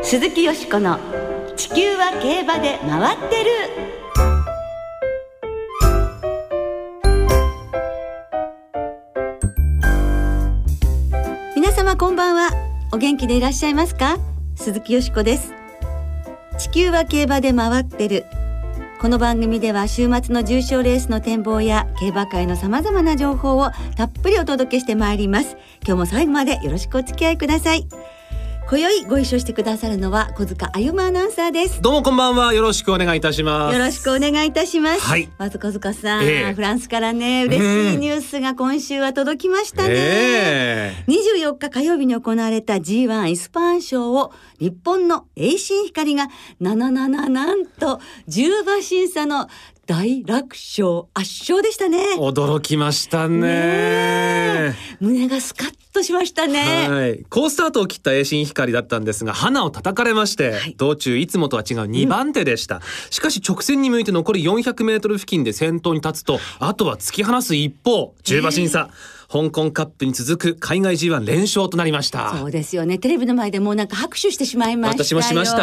鈴木よしこの地球は競馬で回ってる。皆様こんばんは。お元気でいらっしゃいますか？鈴木よしこです。地球は競馬で回ってる。この番組では週末の重賞レースの展望や競馬界のさまざまな情報をたっぷりお届けしてまいります。今日も最後までよろしくお付き合いください。今宵ご一緒してくださるのは小塚あゆまアナウンサーです。 どうもこんばんは。よろしくお願いいたします。 よろしくお願いいたします。 はい、 まず小塚さん、フランスからね嬉しいニュースが今週は届きましたね。24日火曜日に行われた G1 イスパーン賞を日本の栄新光がなんと10馬審査の大楽勝、圧勝でしたね。 驚きましたね。 胸がスカッとしましたね。 はい、好スタートを切った栄新光だったんですが花を叩かれまして、道中いつもとは違う2番手でした、しかし直線に向いて残り400メートル付近で先頭に立つと、あとは突き放す一方、10馬審査、香港カップに続く海外 G1 連勝となりました。 そうですよね。テレビの前でもうなんか拍手してしまいましたよ。 私もしました。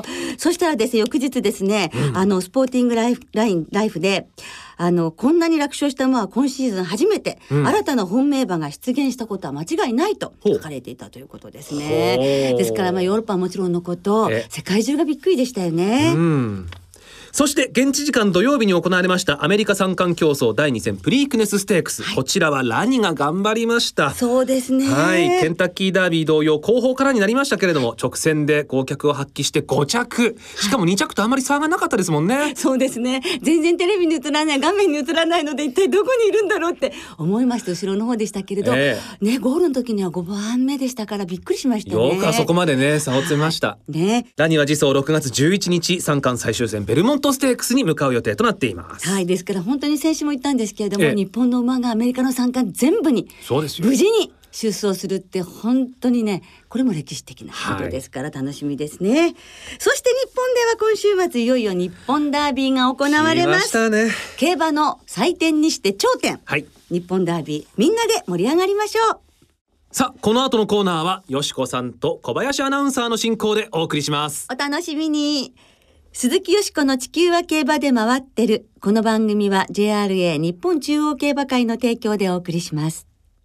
そしたらですね、翌日ですね、スポーティングライフでこんなに楽勝した馬は今シーズン初めて、新たな本命馬が出現したことは間違いないと書かれていたということですね。ですからヨーロッパはもちろんのこと、世界中がびっくりでしたよね。 そして現地時間土曜日に行われましたアメリカ三冠競争第2戦プリークネスステークス、こちらはラニが頑張りました。 そうですね、 ケンタッキーダービー同様後方からになりましたけれども、直線で豪脚を発揮して5着、しかも2着とあまり差がなかったですもんね。 そうですね、全然テレビに映らない、画面に映らないので一体どこにいるんだろうって思いました。後ろの方でしたけれど、ゴールの時には5番目でしたからびっくりしましたね。 よくあそこまでね差を詰めました、ラニは次走6月11日三冠最終戦ベルモントステークスに向かう予定となっています。 はい、ですから本当に先週も言ったんですけれども、日本の馬がアメリカの三冠全部に無事に出走するって本当にね、これも歴史的なことですから楽しみですね。そして日本では今週末いよいよ日本ダービーが行われます。競馬の祭典にして頂点、日本ダービー、みんなで盛り上がりましょう。 さあこの後のコーナーはよしこさんと小林アナウンサーの進行でお送りします。 お楽しみに。鈴木よしこの地球は競馬で回ってる。この番組は JRA 日本中央競馬会の提供でお送りします。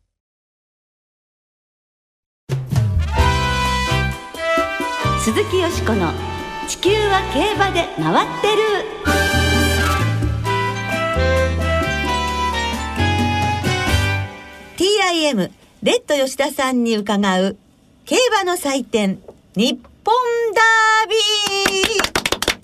鈴木よしこの地球は競馬で回ってる。TIM レッド吉田さんに伺う競馬の祭典日本ダービー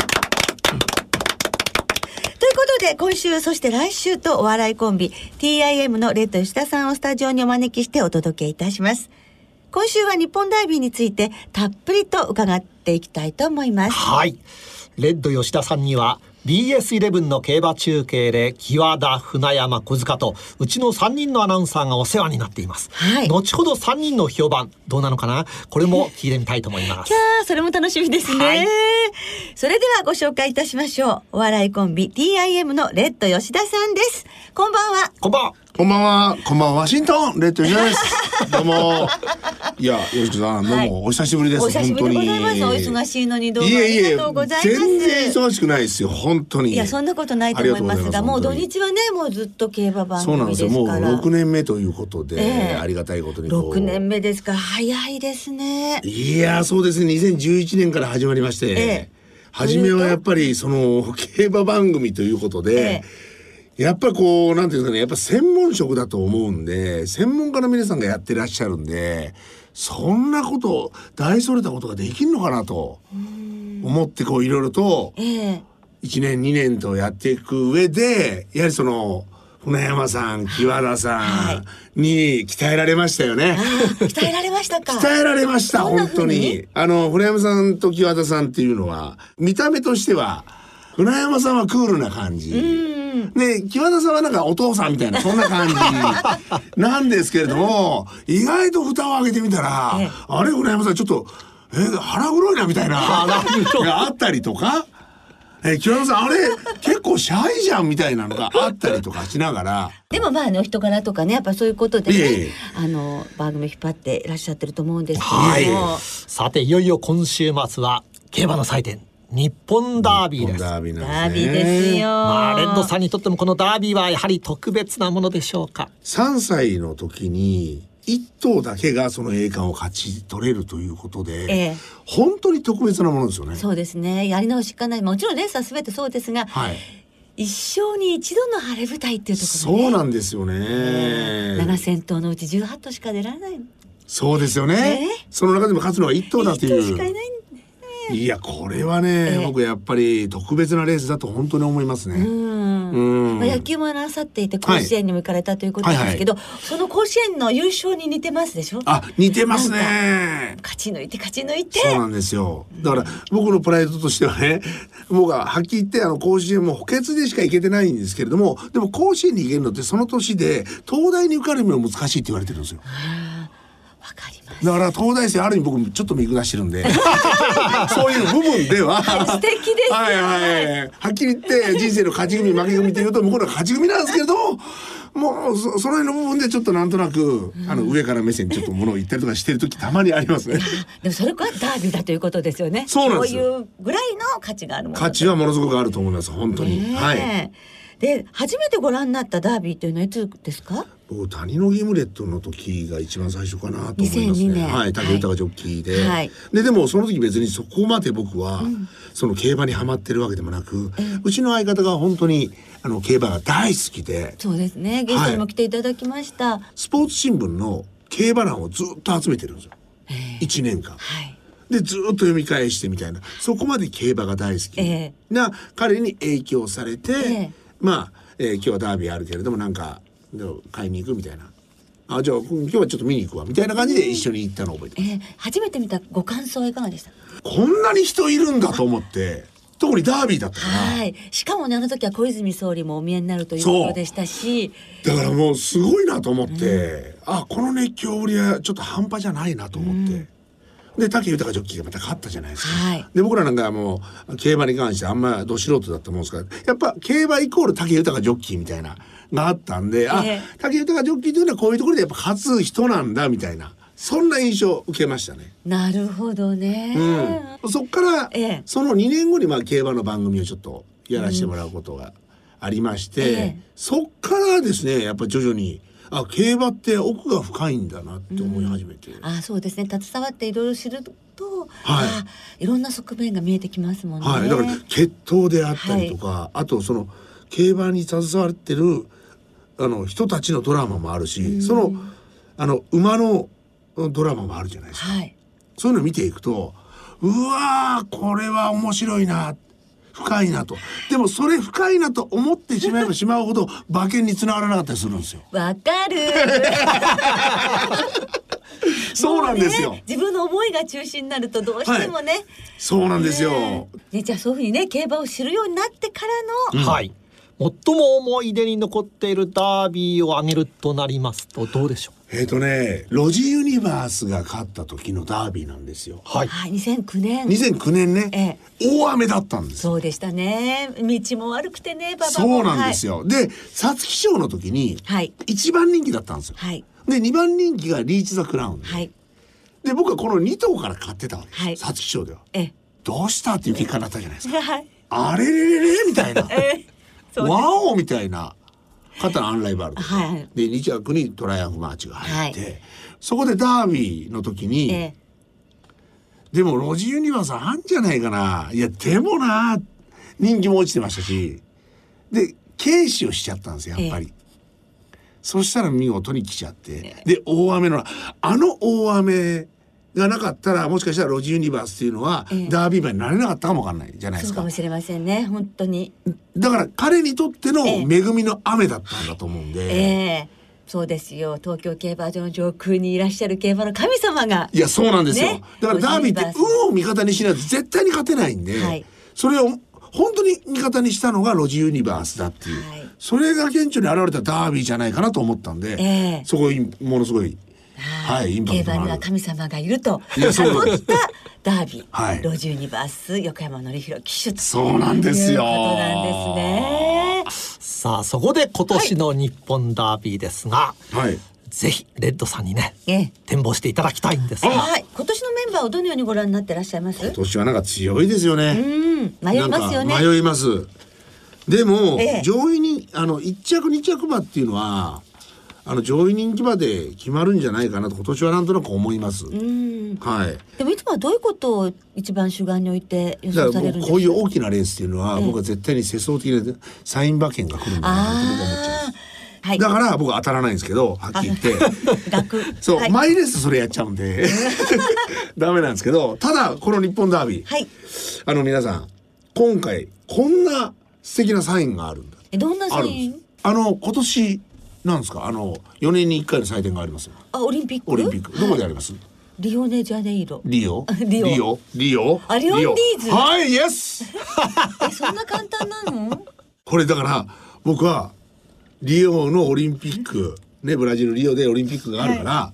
ということで、今週そして来週とお笑いコンビ TIM のレッド吉田さんをスタジオにお招きしてお届けいたします。今週は日本ダービーについてたっぷりと伺っていきたいと思います。 はい、レッド吉田さんには BS11 の競馬中継で木和田、船山、小塚とうちの3人のアナウンサーがお世話になっています、後ほど3人の評判どうなのかな、これも聞いてみたいと思います。 それも楽しみですね、それではご紹介いたしましょう。お笑いコンビ TIM のレッド吉田さんです。こんばんは。 こんばんは。 こんばんは。こんばんは。ワシントンレッド吉田です。どうも。いや、よしこさん、どうもお久しぶりです。 お久しぶりでございます。お忙しいのにどうもありがとうございます。 全然忙しくないですよ、本当に。 いや、そんなことないと思いますが、もう土日はね、もうずっと競馬番組ですから。 そうなんですよ。もう6年目ということで、ありがたいことに 6年目ですから早いですね。 いや、そうですね。2011年から始まりまして、初めはやっぱりその競馬番組ということで、やっぱりこうなんていうんですかね、やっぱ専門職だと思うんで、専門家の皆さんがやってらっしゃるんで、そんなこと大それたことができるのかなと思って、こういろいろと1年2年とやっていく上で、やはりその船山さん、木和田さんに鍛えられましたよね。 鍛えられましたか。 鍛えられました、本当に。船山さんと木和田さんっていうのは見た目としては、船山さんはクールな感じで、木和田さんはなんかお父さんみたいな、そんな感じなんですけれども、意外と蓋を開けてみたら、あれ船山さんちょっと腹黒いなみたいながあったりとか、 木村さんあれ結構シャイじゃんみたいなのがあったりとかしながらでもまあ人柄とかねやっぱそういうことでね、番組引っ張っていらっしゃってると思うんですけども、 さていよいよ今週末は競馬の祭典日本ダービーです。 ダービーなんですね。 ダービーですよ。 レッドさんにとってもこのダービーはやはり特別なものでしょうか。 3歳の時に1頭だけがその栄冠を勝ち取れるということで、本当に特別なものですよね。 そうですね。やり直しかない。もちろんレースは全てそうですが、一生に一度の晴れ舞台っていうところね。 そうなんですよね。 7000頭のうち18頭しか出られない。 そうですよね。その中でも勝つのは1頭だという。 1頭しかいない。 いやこれはね、僕やっぱり特別なレースだと本当に思いますね。 野球もなさっていて甲子園にも行かれたということですけど、その甲子園の優勝に似てますでしょ。 似てますね。 勝ち抜いてそうなんですよ。だから僕のプライドとしてはね、僕ははっきり言って甲子園も補欠でしか行けてないんですけれども、でも甲子園に行けるのってその年で東大に受かるのも難しいって言われてるんですよ。 わかります。 だから東大生ある意味僕ちょっと見下してるんでそういう部分では素敵ですよ。 はっきり言って人生の勝ち組負け組っていうと向こうの勝ち組なんですけれどもうその辺の部分でちょっとなんとなく、上から目線にちょっと物を言ったりとかしてる時たまにありますね。 でもそれがダービーだということですよね。 そうなんですよ。 そういうぐらいの価値があるもの。 価値はものすごくあると思います本当に。 で初めてご覧になったダービーというのはいつですか。 僕谷のギムレットの時が一番最初かなと思いますね。 2002年武豊ジョッキーで、でもその時別にそこまで僕は、その競馬にはまってるわけでもなく、うちの相方が本当に競馬が大好きで。 そうですね。ゲストにも来ていただきました。 スポーツ新聞の競馬欄をずっと集めてるんですよ。1年間。でずっと読み返してみたいな、そこまで競馬が大好きな彼に影響されて、今日はダービーあるけれどもなんか買いに行くみたいな、じゃあ今日はちょっと見に行くわみたいな感じで一緒に行ったのを覚えてます。 初めて見たご感想はいかがでした。 こんなに人いるんだと思って特にダービーだったから、 しかもね時は小泉総理もお見えになるということでしたし、 だからもうすごいなと思って、この熱狂ぶりはちょっと半端じゃないなと思って、で武豊ジョッキーがまた勝ったじゃないですか、で僕らなんかもう競馬に関してあんまど素人だったもんですからやっぱ競馬イコール武豊ジョッキーみたいながあったんで、武豊ジョッキーというのはこういうところでやっぱ勝つ人なんだみたいなそんな印象を受けましたね。 なるほどね、 そっから、その2年後に競馬の番組をちょっとやらせてもらうことがありまして、そっからですねやっぱ徐々に競馬って奥が深いんだなって思い始めて、 そうですね携わっていろいろ知ると、いろんな側面が見えてきますもんね。 だから血統であったりとか、あとその競馬に携わってる人たちのドラマもあるし、その馬のドラマもあるじゃないですか、そういうのを見ていくとうわーこれは面白いな深いなと。でもそれ深いなと思ってしまえばしまうほど馬券につながらなかったりするんですよ。 わかるそうなんですよ、 自分の思いが中心になるとどうしてもね、 そうなんですよ、 じゃあそういうふうにね競馬を知るようになってからの、 最も思い出に残っているダービーを挙げるとなりますとどうでしょう。 ロジユニバースが勝った時のダービーなんですよ。2009年ね、大雨だったんです。 そうでしたね。道も悪くてね馬場も。 そうなんですよ、で皐月賞の時に1番人気だったんですよ、で2番人気がリーチ・ザ・クラウンで、僕はこの2頭から買ってたわけです、皐月賞では。どうしたっていう結果になったじゃないですか、あれれれれみたいなワオみたいな勝ったのアンライバルで、で2着にトライアンフマーチが入って、そこでダービーの時に、でもロジユニバースあんじゃないかな、いやでもな人気も落ちてましたし、で軽視をしちゃったんですよやっぱり、そしたら見事に来ちゃって、で大雨の大雨がなかったらもしかしたらロジユニバースっていうのは、ダービー馬になれなかったかもわかんないじゃないですか。 そうかもしれませんね本当に。 だから彼にとっての恵みの雨だったんだと思うんで、 そうですよ。東京競馬場の上空にいらっしゃる競馬の神様が、 いやそうなんですよ、だからダービーって運を味方にしないと絶対に勝てないんで、それを本当に味方にしたのがロジユニバースだっていう、それが顕著に現れたダービーじゃないかなと思ったんで、そこにものすごいはい、インパクトのある。 競馬には神様がいるといやそう取ったダービー、 はい、 ロジューニバース横山典弘騎手とそうなんですよ。 いうことなんですね。 さあそこで今年の日本ダービーですが、 はい、 ぜひレッドさんにね、展望していただきたいんですが、 はい、今年のメンバーをどのようにご覧になってらっしゃいます？ 今年はなんか強いですよね。 迷いますよね。 迷います。でも、上位に1着2着馬っていうのは上位人気馬で決まるんじゃないかなと今年はなんとなく思います。はい。 でもいつもはどういうことを一番主眼に置いて予想されるんですか？ こういう大きなレースっていうのは、僕は絶対に世相的なサイン馬券が来るんだなと僕は思っちゃいます。はい、だから僕は当たらないんですけど、はっきり言ってそう、はい、マイレースそれやっちゃうんでダメなんですけど、ただこの日本ダービー、はい、皆さん今回こんな素敵なサインがあるんだ。 どんなサイン？ 今年なんですか、4年に1回の祭典がありますよ。 オリンピック？ オリンピックどこであります？ リオネジャネイロ。 リオリオリオリオリオンディーズ。 はい、イエスそんな簡単なの？ これだから僕はリオのオリンピックね、ブラジルリオでオリンピックがあるから、はい、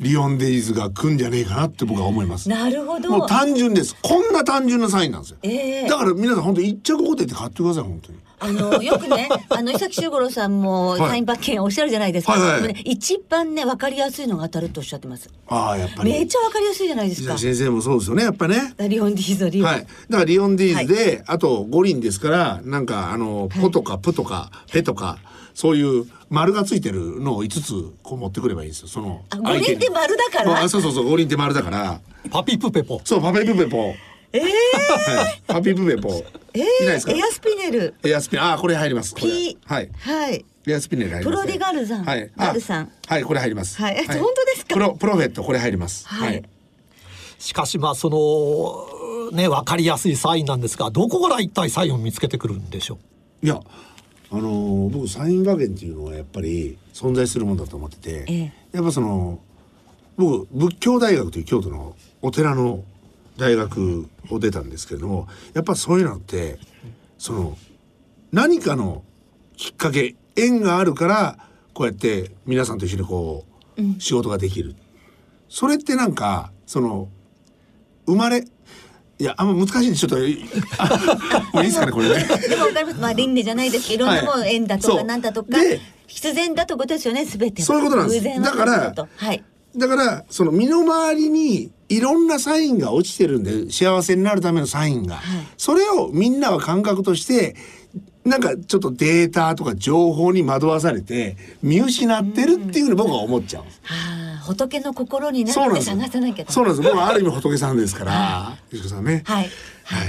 リオンデイズが来んじゃねえかなって僕は思います。 なるほど。 もう単純です。こんな単純なサインなんですよ。だから皆さん本当に一着ごてって買ってください本当に。 よくね伊崎修五郎さんもサイン馬券おっしゃるじゃないですか。はいはい、一番ね分かりやすいのが当たるとおっしゃってます。 ああ、やっぱりめっちゃ分かりやすいじゃないですか。 先生もそうですよね、やっぱね。 リオンディーズリオ。 はい。だからリオンディーズで、はい、あと五輪ですからなんかポとかプとかペとかそういう丸がついてるのを5つこう持ってくればいいんですよ。その五輪って丸だから。 そう五輪って丸だから。 パピプペポ。 そう、パピプペポ。パピプペポ。いないですか？ エアスピネル。 エアスピネル。これ入ります。 P。はい。はい。 エアスピネル入ります。 プロディガルザン。はい。ガルさん。 はい、これ入ります。 はい。本当ですか？ プロフェットこれ入ります。はい。 しかしそのね分かりやすいサインなんですが、どこから一体サインを見つけてくるんでしょう？ いや。僕サイン馬券っていうのはやっぱり存在するものだと思ってて、やっぱ僕仏教大学という京都のお寺の大学を出たんですけれども、やっぱそういうのって何かのきっかけ縁があるからこうやって皆さんと一緒にこう、仕事ができる。それってなんか生まれいや、あんま難しいんでちょっともういいですかねこれね。 でも分かります。倫理じゃないですけど、いろんなもの縁だとかなんだとか、必然だということですよね、すべて。 そういうことなんです。だから身の回りにいろんなサインが落ちてるんで、幸せになるためのサインが、それをみんなは感覚としてなんかちょっとデータとか情報に惑わされて見失ってるっていうふうに僕は思っちゃうんです。 仏の心になって探さなきゃ。 そうなんです。僕はある意味仏さんですから、よしこさんね。 はい。はい。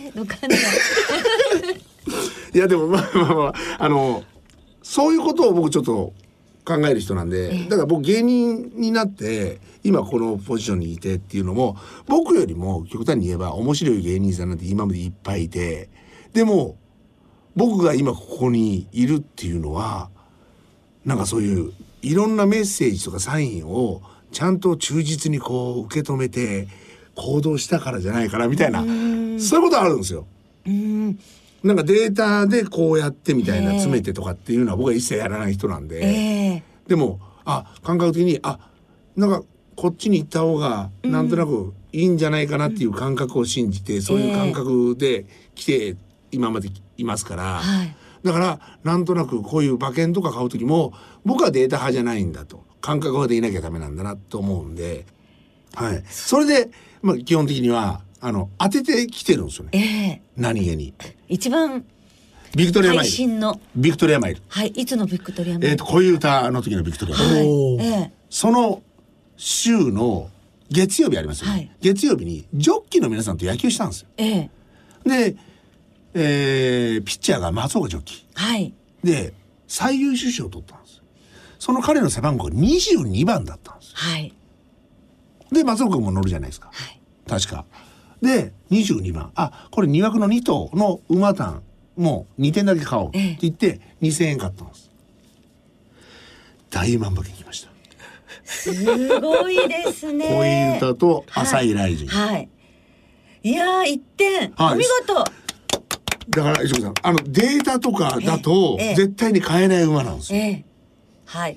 どっかね。 いやでもそういうことを僕ちょっと考える人なんで、だから僕芸人になって今このポジションにいてっていうのも、僕よりも極端に言えば面白い芸人さんなんて今までいっぱいいて、でも僕が今ここにいるっていうのはなんかそういういろんなメッセージとかサインをちゃんと忠実にこう受け止めて行動したからじゃないかなみたいな、そういうことあるんですよ。なんかデータでこうやってみたいな詰めてとかっていうのは僕は一切やらない人なんで、でも感覚的になんかこっちに行った方がなんとなくいいんじゃないかなっていう感覚を信じて、そういう感覚で来て今までいますから、だからなんとなくこういう馬券とか買う時も僕はデータ派じゃないんだと、感覚派でいなきゃダメなんだなと思うんで、それで基本的には当ててきてるんですよね。何気に一番ビクトリアマイル、 最新のビクトリアマイル、 いつのビクトリアマイル、 恋歌の時のビクトリアマイル、その週の月曜日ありますよね、月曜日にジョッキーの皆さんと野球したんですよ。で、ピッチャーが松岡ジョッキー、で最優秀賞を取ったんです。その彼の背番号22番だったんです。で松岡君も乗るじゃないですか、確か。で22番、これ2枠の2頭の馬単もう2点だけ買おうって言って2000円買ったんです。大万馬券来ました。 すごいですね。 恋歌と浅いライジン、 いや1点、お見事。 だから石子さんデータとかだと絶対に買えない馬なんですよ。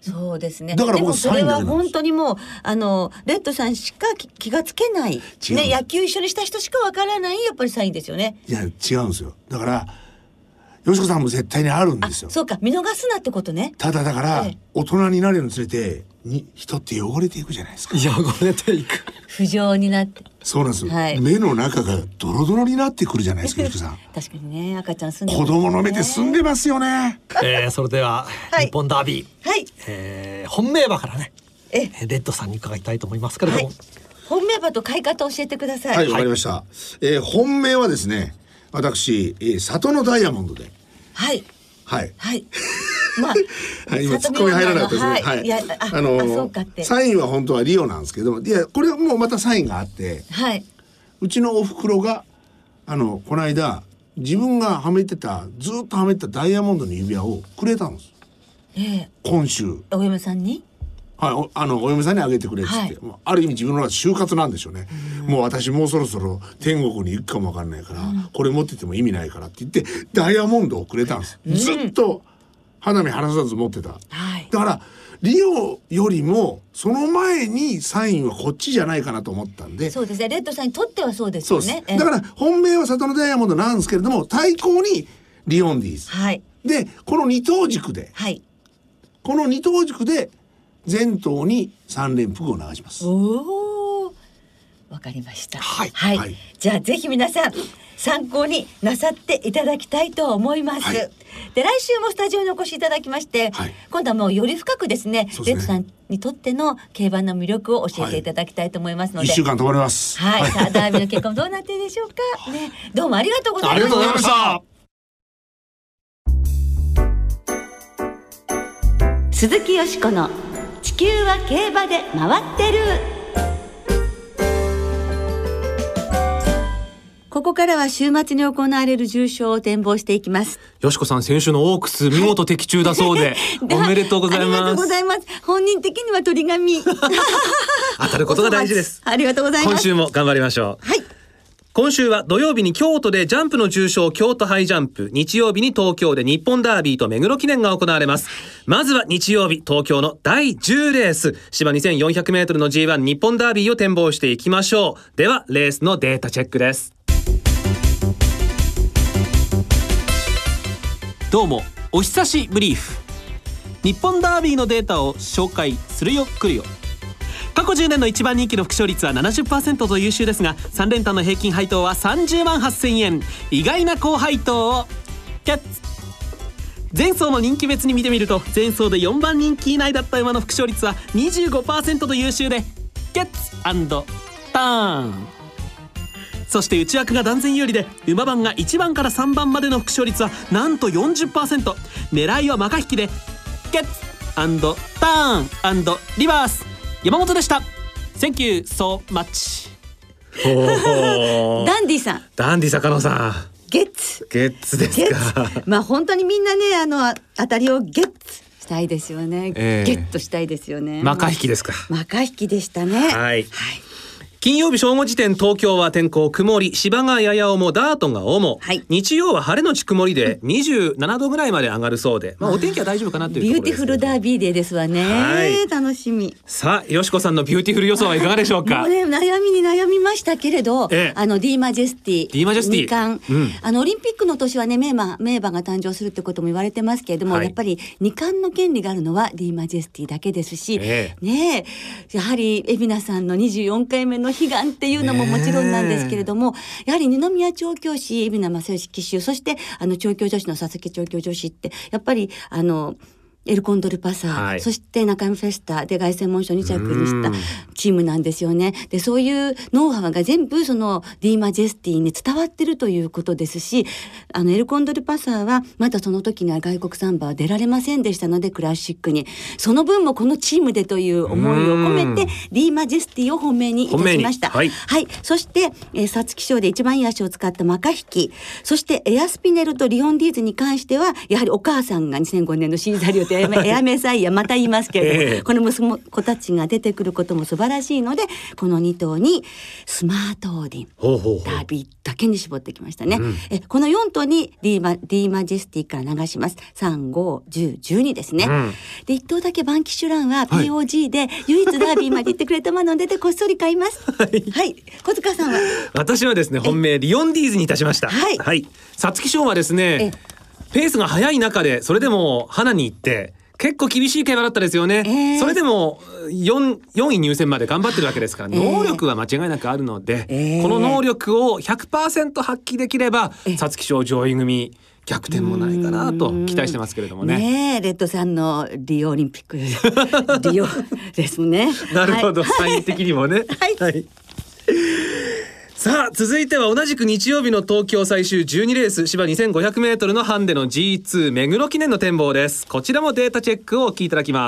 そうですね。 だから僕でもそれはサインだけなんです。 本当にもうレッドさんしか気がつけない、 違うね、野球一緒にした人しかわからないやっぱりサインですよね。 いや違うんですよ。だからよしこさんも絶対にあるんですよ。 そうか、見逃すなってことね。 ただだからええ大人になるにつれて人って汚れていくじゃないですか。 汚れていく。 不浄になって。 そうなんですよ、 はい目の中がドロドロになってくるじゃないですかよしこさん。 確かにね、赤ちゃん住んで子供の目で済んでますよね。 それでは、 はい日本ダービー、 はい本命馬からね、 えレッドさんに伺いたいと思いますけれども、 はい、本命馬と買い方教えてください。 はい、わかりました。本命はですね、私、里のダイヤモンドで。 はいはい。 はいまあはい、今ツッコミ入らなかったですね。 はいいやそうかってサインは本当はリオなんですけど、いやこれはもうまたサインがあって、 はい。 うちのお袋がこの間自分がはめてたずっとはめてたダイヤモンドの指輪をくれたんです。今週。 お嫁さんに。 はい、お嫁さんにあげてくれっつって、 はいもうある意味自分の就活なんでしょうね、もう私もうそろそろ天国に行くかもわかんないから、これ持ってても意味ないからって言ってダイヤモンドをくれたんです、ずっと肌身離さず持ってた、 はいだからリオよりもその前にサインはこっちじゃないかなと思ったんで。 そうですね、レッドさんにとってはそうですそうでよね。 すだから本命は里のダイヤモンドなんですけれども、対抗にリオンディーズ、 はいでこの二等軸ではい。 この二等軸で全頭に3連複を流します。 おお、わかりました。 はいはい、 はいじゃあぜひ皆さん参考になさっていただきたいと思います。 はいで来週もスタジオにお越しいただきまして、 はい今度はもうより深くですね、 そうですねレッドさんにとっての競馬の魅力を教えていただきたいと思いますので、 一週間止まります。 はい、さあダービーの結果もどうなっているでしょうか。ね、どうもありがとうございました。 ありがとうございました。 鈴木よしこの地球は競馬で回ってる。ここからは週末に行われる重賞を展望していきます。 よしこさん、先週のオークス見事的中だそうで、おめでとうございありがとうます。 ございます。本人的には鳥紙当たることが大事です。 ありがとうございます。 今週も頑張りましょう。 はい。 今週は土曜日に京都でジャンプの重賞京都ハイジャンプ、日曜日に東京で日本ダービーと目黒記念が行われます。まずは日曜日、東京の第10レース、芝 2400m の G1 日本ダービーを展望していきましょう。ではレースのデータチェックです。どうもお久しぶりーふ。日本ダービーのデータを紹介するよくるよ。過去10年の一番人気の副賞率は 70% と優秀ですが、3連単の平均配当は30万8000円、意外な高配当をキャッツ。前走の人気別に見てみると、前走で4番人気以内だった馬の副賞率は 25% と優秀でキャッツ&ターン。そして内枠が断然有利で、馬番が1番から3番までの副賞率はなんと 40%。 狙いはマカ引きでキャッツ&ターン&リバース。山本でした。Thank you so much。 ダンディさん、 ダンディ坂野さん、 ゲッツゲッツですか。 まあ本当にみんなね、当たりをゲッツしたいですよね、ゲットしたいですよね。 マカ引きですか。 マカ引きでしたね。 はい、金曜日正午時点、東京は天候曇り、芝がやや重、ダートが重、 はい、 日曜は晴れのち曇りで27度ぐらいまで上がるそうで、お天気は大丈夫かなというところです。 ビューティフルダービーデーですわね、はい、楽しみ。 さあ、よしこさんのビューティフル予想はいかがでしょうか。 もうね、悩みに悩みましたけれど、ディーマジェスティ2冠、オリンピックの年はね、名馬が誕生するってことも言われてますけれども、やっぱり2冠の権利があるのはディーマジェスティだけですし、ね、やはり海老名さんの24回目の悲願っていうのももちろんなんですけれども、やはり二宮調教師海老名正義騎手、そして調教女子の佐々木調教女子って、やっぱりエルコンドルパサー、そして中山フェスタで凱旋門賞2着にしたチームなんですよね。でそういうノウハウが全部そのディーマジェスティに伝わってるということですし、エルコンドルパサーはまだその時には外国サンバは出られませんでしたので、クラシックにその分もこのチームでという思いを込めてディーマジェスティを本命にいたしました。はい、そして皐月賞で一番いい足を使ったマカ引き、そしてエアスピネルとリオンディーズに関してはやはりお母さんが2005年のシーザリオエアメサイアまた言いますけれども、この息子たちが出てくることも素晴らしいので、この2頭にスマートオーディン、ダービーだけに絞ってきましたね。この4頭にディマジェスティから流します。3、5、10、12ですね。で1頭だけバンキッシュランは POG で唯一ダービーまで行ってくれたものでこっそり買います。はい、小塚さんは？ 私はですね、本命リオンディーズにいたしました。はい、皐月賞はですね、ペースが速い中でそれでも花に行って結構厳しい競馬だったですよね。それでも 4位入選まで頑張ってるわけですから、能力は間違いなくあるので、この能力を 100% 発揮できれば皐月賞上位組逆転もないかなと期待してますけれども ね。 レッドさんのリオオリンピックリオですね。 なるほど、サイン的にもね。はい、さあ続いては同じく日曜日の東京最終12レース芝 2500m のハンデの G2 目黒記念の展望です。こちらもデータチェックをお聞きいただきます。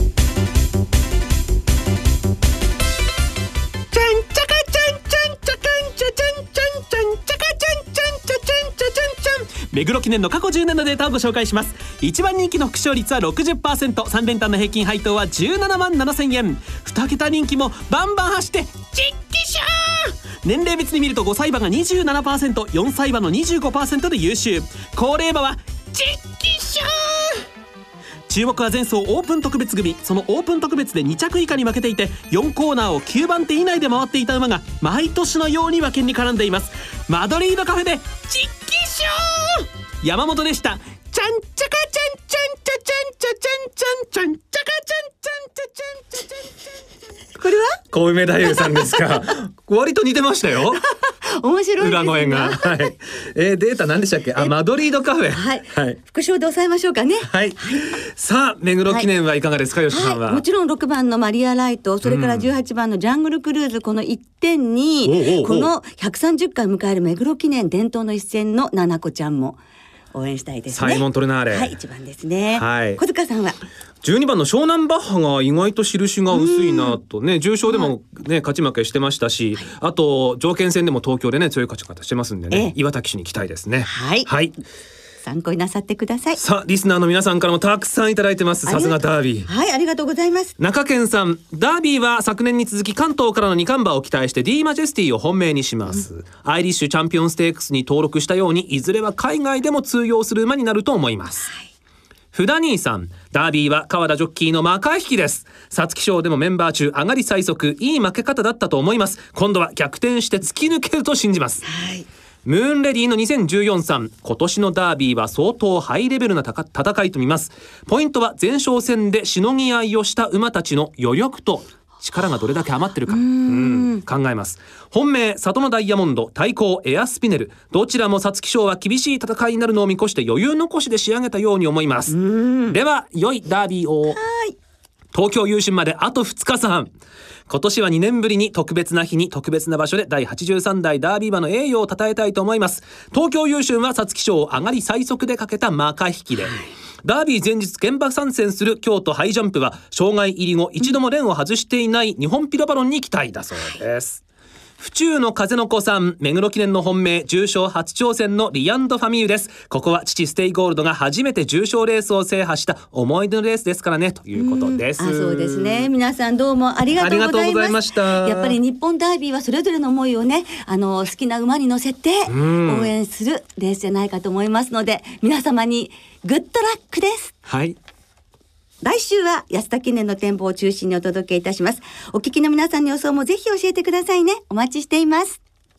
目黒記念の過去10年のデータをご紹介します。1番人気の副賞率は 60%、 3連単の平均配当は17万7000円。2桁人気もバンバン走って実機賞。年齢別に見ると5歳馬が 27%、 4歳馬の 25% で優秀。高齢馬は実機賞。注目は前走オープン特別組。そのオープン特別で2着以下に負けていて、4コーナーを9番手以内で回っていた馬が毎年のように馬券に絡んでいます。マドリードカフェで実機賞。山本でした。ちゃんちゃかちゃんちゃんちゃんちゃちゃんちゃんちゃんちゃんちゃかちゃんちゃんちゃんちゃんちゃん。これは小梅太夫さんですか。割と似てましたよ。 面白いですね。 裏声が。はい。データ何でしたっけ？マドリードカフェ。 はい。副賞で抑えましょうかね。 はい。さあ目黒記念はいかがですか、吉さんは？ もちろん6番のマリアライト、それから18番のジャングルクルーズ、この1点にこの130回迎える目黒記念伝統の一戦のナナコちゃんも応援したいですね。 サイモントルナーレ。 はい、1番ですね。小塚さんは 12番の湘南バッハが意外と印が薄いなとね、重賞でもね勝ち負けしてましたし、あと条件戦でも東京でね強い勝ち方してますんでね、岩田騎手に期待ですね。はい、 参考になさってください。 さあリスナーの皆さんからもたくさんいただいてます。さすがダービー。 はい、ありがとうございます。 中堅さん、ダービーは昨年に続き関東からの2冠馬を期待して D マジェスティを本命にします。アイリッシュチャンピオンステークスに登録したように、いずれは海外でも通用する馬になると思います。フダ兄さん、ダービーは川田ジョッキーのマカ引きです。皐月賞でもメンバー中上がり最速、いい負け方だったと思います。今度は逆転して突き抜けると信じます。ムーンレディの2014さん、今年のダービーは相当ハイレベルな戦いと見ます。ポイントは前哨戦でしのぎ合いをした馬たちの余力と力がどれだけ余ってるか考えます。本命里のダイヤモンド、対抗エアスピネル、どちらも皐月賞は厳しい戦いになるのを見越して余裕残しで仕上げたように思います。では良いダービーを。東京優駿まであと2日さん。今年は2年ぶりに特別な日に特別な場所で第83代ダービー馬の栄誉を称えたいと思います。東京優駿は皐月賞を上がり最速でかけたマカ引きで、ダービー前日現場参戦する京都ハイジャンプは障害入り後一度も連を外していない日本ピロバロンに期待だそうです。府中の風の子さん、目黒記念の本命重賞初挑戦のリアンドファミーユです。ここは父ステイゴールドが初めて重賞レースを制覇した思い出のレースですからね、ということです。 そうですね。皆さんどうもありがとうございました。やっぱり日本ダービーはそれぞれの思いをね、好きな馬に乗せて応援するレースじゃないかと思いますので、皆様にグッドラックです。 はい。 来週は安田記念の展望を中心にお届けいたします。お聞きの皆さんの予想もぜひ教えてくださいね。お待ちしています。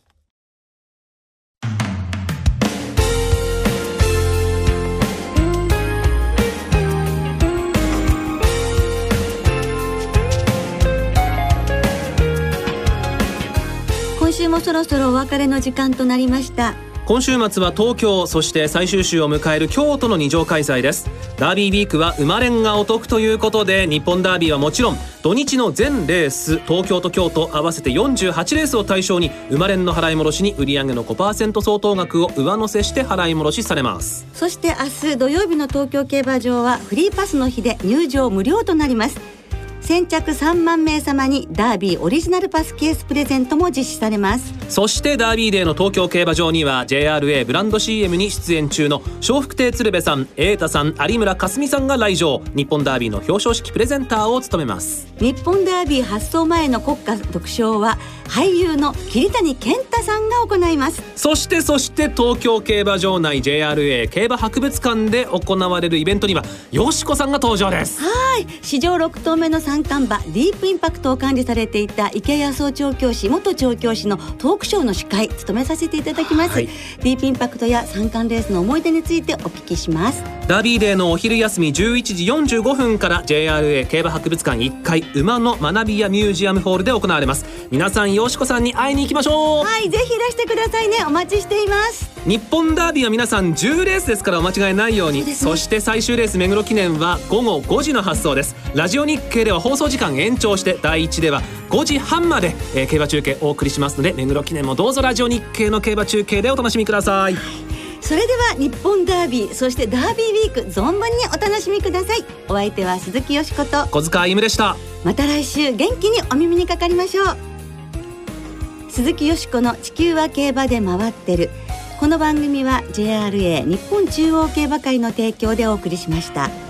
今週もそろそろお別れの時間となりました。 今週末は東京、そして最終週を迎える京都の2場開催です。ダービーウィークは馬連がお得ということで、日本ダービーはもちろん土日の全レース、東京と京都合わせて48レースを対象に馬連の払い戻しに売上の 5% 相当額を上乗せして払い戻しされます。 そして明日土曜日の東京競馬場はフリーパスの日で入場無料となります。 先着3万名様にダービーオリジナルパスケースプレゼントも実施されます。 そしてダービーデーの東京競馬場には JRA ブランド CM に出演中の笑福亭鶴瓶さん、瑛太さん、有村架純さんが来場。日本ダービーの表彰式プレゼンターを務めます。 日本ダービー発走前の国歌独唱は俳優の桐谷健太さんが行います。 そして東京競馬場内 JRA 競馬博物館で行われるイベントにはよしこさんが登場です。 はい、史上6頭目の三冠馬ディープインパクトを管理されていた池谷総調教師元調教師のトークショーの司会務めさせていただきます、はい、ディープインパクトや三冠レースの思い出についてお聞きします。 ダービーデーのお昼休み11時45分から JRA 競馬博物館1階馬の学びやミュージアムホールで行われます。皆さんよしこさんに会いに行きましょう。 はい、ぜひいらしてくださいね。お待ちしています。 日本ダービーは皆さん10レースですからお間違いないように。 そして最終レース目黒記念は午後5時の発送です。ラジオ日経では放送時間延長して第1では5時半まで、競馬中継お送りしますので、目黒記念もどうぞラジオ日経の競馬中継でお楽しみください、はい。 それでは日本ダービー、そしてダービーウィーク存分にお楽しみください。お相手は鈴木よしこと小塚歩夢でした。 また来週元気にお耳にかかりましょう。鈴木よしこの地球は競馬で回ってる。この番組は JRA 日本中央競馬会の提供でお送りしました。